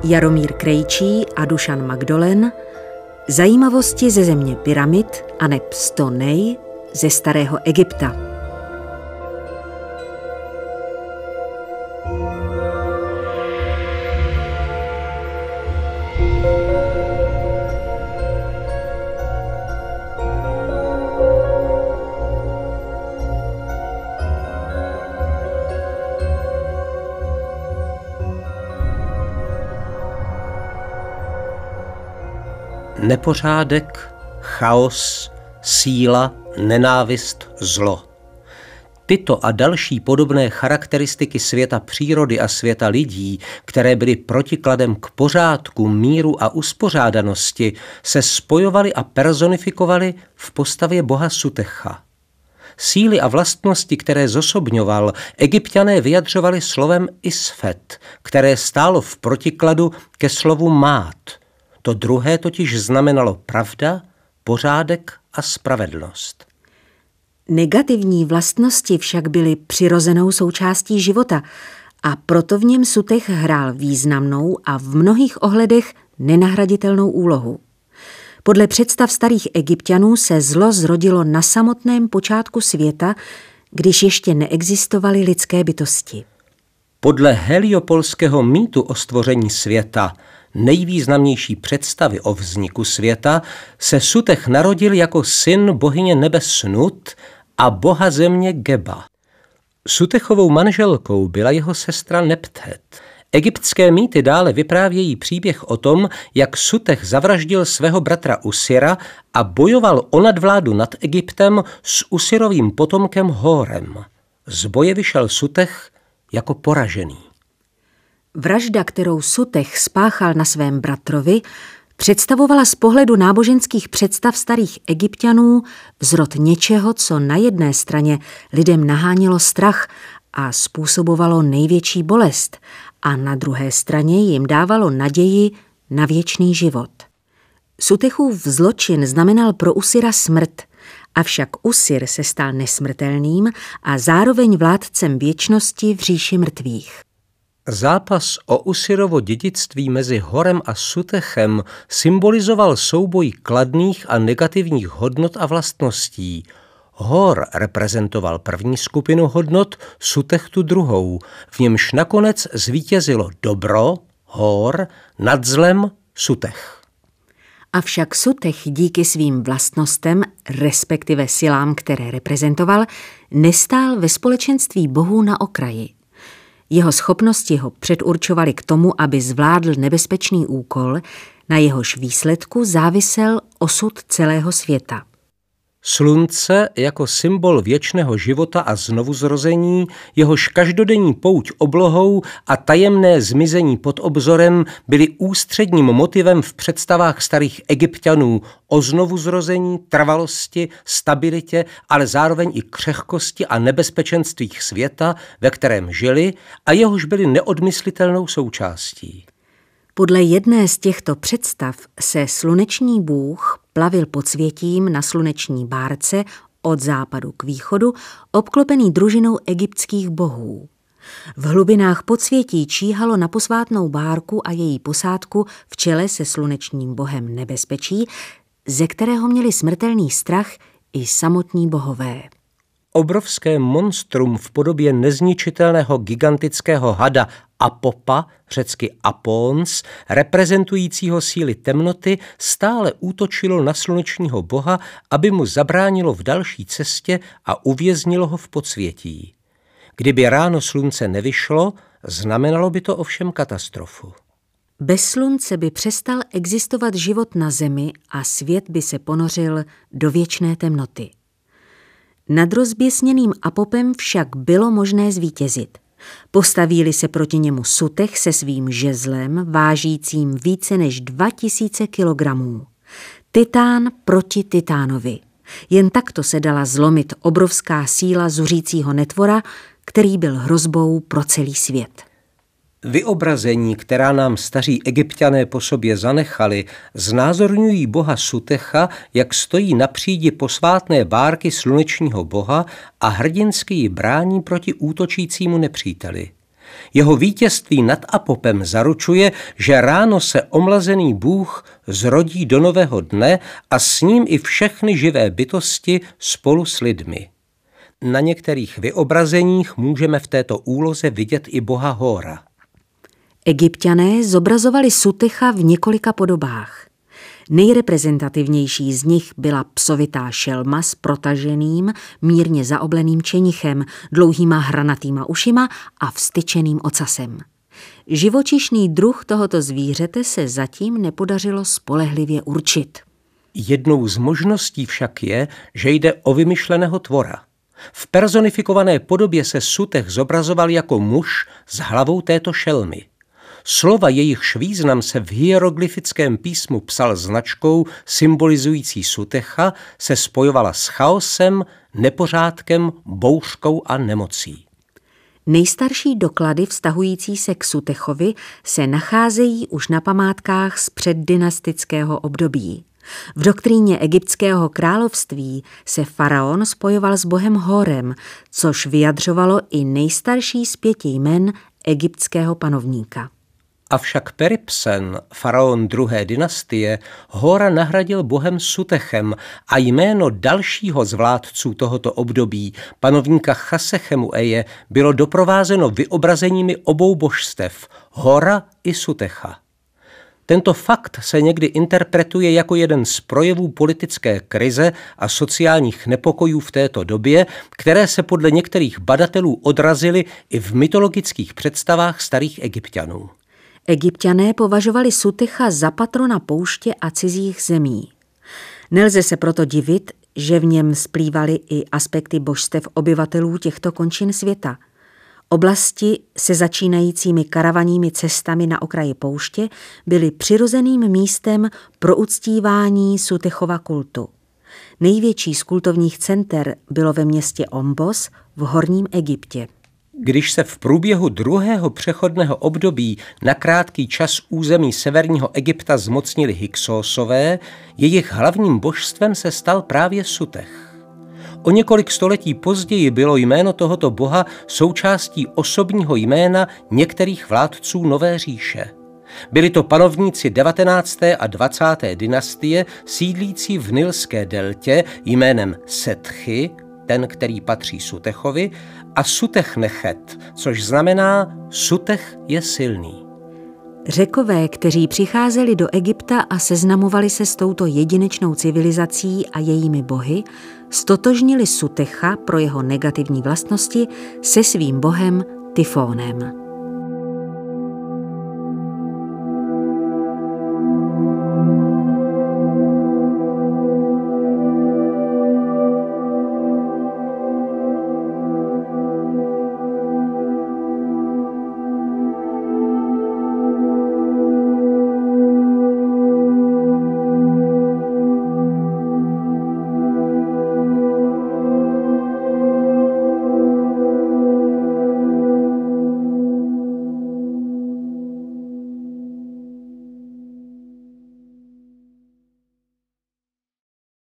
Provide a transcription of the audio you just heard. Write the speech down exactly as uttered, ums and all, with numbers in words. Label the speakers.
Speaker 1: Jaromír Krejčí a Dušan Magdolen, zajímavosti ze země pyramid aneb sto nej ze starého Egypta.
Speaker 2: Nepořádek, chaos, síla, nenávist, zlo. Tyto a další podobné charakteristiky světa přírody a světa lidí, které byly protikladem k pořádku, míru a uspořádanosti, se spojovaly a personifikovaly v postavě boha Sutecha. Síly a vlastnosti, které zosobňoval, Egypťané vyjadřovali slovem Isfet, které stálo v protikladu ke slovu Mát. To druhé totiž znamenalo pravda, pořádek a spravedlnost.
Speaker 1: Negativní vlastnosti však byly přirozenou součástí života a proto v něm Sutech hrál významnou a v mnohých ohledech nenahraditelnou úlohu. Podle představ starých Egypťanů se zlo zrodilo na samotném počátku světa, když ještě neexistovaly lidské bytosti.
Speaker 2: Podle heliopolského mýtu o stvoření světa, nejvýznamnější představy o vzniku světa, se Sutech narodil jako syn bohyně nebes Nut a boha země Geba. Sutechovou manželkou byla jeho sestra Nepthet. Egyptské mýty dále vyprávějí příběh o tom, jak Sutech zavraždil svého bratra Usira a bojoval o nadvládu nad Egyptem s Usirovým potomkem Hórem. Z boje vyšel Sutech jako poražený.
Speaker 1: Vražda, kterou Sutech spáchal na svém bratrovi, představovala z pohledu náboženských představ starých Egypťanů vzrod něčeho, co na jedné straně lidem nahánělo strach a způsobovalo největší bolest, a na druhé straně jim dávalo naději na věčný život. Sutechův zločin znamenal pro Usira smrt, avšak Usir se stal nesmrtelným a zároveň vládcem věčnosti v říši mrtvých.
Speaker 2: Zápas o Usirovo dědictví mezi Horem a Sutechem symbolizoval souboj kladných a negativních hodnot a vlastností. Hor reprezentoval první skupinu hodnot, Sutech tu druhou, v němž nakonec zvítězilo dobro, Hor, nad zlem, Sutech.
Speaker 1: Avšak Sutech díky svým vlastnostem, respektive silám, které reprezentoval, nestál ve společenství bohů na okraji. Jeho schopnosti ho předurčovaly k tomu, aby zvládl nebezpečný úkol, na jehož výsledku závisel osud celého světa.
Speaker 2: Slunce jako symbol věčného života a znovuzrození, jehož každodenní pouť oblohou a tajemné zmizení pod obzorem byly ústředním motivem v představách starých Egypťanů o znovuzrození, trvalosti, stabilitě, ale zároveň i křehkosti a nebezpečenstvích světa, ve kterém žili a jehož byly neodmyslitelnou součástí.
Speaker 1: Podle jedné z těchto představ se sluneční bůh plavil podsvětím na sluneční bárce od západu k východu, obklopený družinou egyptských bohů. V hlubinách podsvětí číhalo na posvátnou bárku a její posádku v čele se slunečním bohem nebezpečí, ze kterého měli smrtelný strach i samotní bohové.
Speaker 2: Obrovské monstrum v podobě nezničitelného gigantického hada Apopa, řecky Apons, reprezentujícího síly temnoty, stále útočilo na slunečního boha, aby mu zabránilo v další cestě a uvěznilo ho v podsvětí. Kdyby ráno slunce nevyšlo, znamenalo by to ovšem katastrofu.
Speaker 1: Bez slunce by přestal existovat život na zemi a svět by se ponořil do věčné temnoty. Nad rozběsněným Apopem však bylo možné zvítězit. Postaví-li se proti němu Sutech se svým žezlem, vážícím více než dva tisíce kilogramů. Titán proti titánovi. Jen takto se dala zlomit obrovská síla zuřícího netvora, který byl hrozbou pro celý svět.
Speaker 2: Vyobrazení, která nám staří Egypťané po sobě zanechali, znázorňují boha Sutecha, jak stojí na přídi posvátné bárky slunečního boha a hrdinsky ji brání proti útočícímu nepříteli. Jeho vítězství nad Apopem zaručuje, že ráno se omlazený bůh zrodí do nového dne a s ním i všechny živé bytosti spolu s lidmi. Na některých vyobrazeních můžeme v této úloze vidět i boha Hóra.
Speaker 1: Egypťané zobrazovali Sutecha v několika podobách. Nejreprezentativnější z nich byla psovitá šelma s protaženým, mírně zaobleným čenichem, dlouhýma hranatýma ušima a vztyčeným ocasem. Živočišný druh tohoto zvířete se zatím nepodařilo spolehlivě určit.
Speaker 2: Jednou z možností však je, že jde o vymyšleného tvora. V personifikované podobě se Sutech zobrazoval jako muž s hlavou této šelmy. Slova, jejichž význam se v hieroglyfickém písmu psal značkou symbolizující Sutecha, se spojovala s chaosem, nepořádkem, bouřkou a nemocí.
Speaker 1: Nejstarší doklady vztahující se k Sutechovi se nacházejí už na památkách z předdynastického období. V doktríně egyptského království se faraon spojoval s bohem Hórem, což vyjadřovalo i nejstarší z pěti jmen egyptského panovníka.
Speaker 2: Avšak Peripsen, faraon druhé dynastie, Hóra nahradil bohem Sutechem a jméno dalšího z vládců tohoto období, panovníka Chasechemu-eje, bylo doprovázeno vyobrazeními obou božstev, Hóra i Sutecha. Tento fakt se někdy interpretuje jako jeden z projevů politické krize a sociálních nepokojů v této době, které se podle některých badatelů odrazily i v mytologických představách starých Egypťanů.
Speaker 1: Egypťané považovali Sutecha za patrona pouště a cizích zemí. Nelze se proto divit, že v něm splývaly i aspekty božstev obyvatelů těchto končin světa. Oblasti se začínajícími karavanními cestami na okraji pouště byly přirozeným místem pro uctívání Sutechova kultu. Největší z kultovních center bylo ve městě Ombos v Horním Egyptě.
Speaker 2: Když se v průběhu druhého přechodného období na krátký čas území severního Egypta zmocnili Hyksósové, jejich hlavním božstvem se stal právě Sutech. O několik století později bylo jméno tohoto boha součástí osobního jména některých vládců Nové říše. Byli to panovníci devatenácté a dvacáté dynastie sídlící v nilské deltě jménem Setchy, ten, který patří Sutechovi, a Sutechnechet, což znamená Sutech je silný.
Speaker 1: Řekové, kteří přicházeli do Egypta a seznamovali se s touto jedinečnou civilizací a jejími bohy, stotožnili Sutecha pro jeho negativní vlastnosti se svým bohem Tyfónem.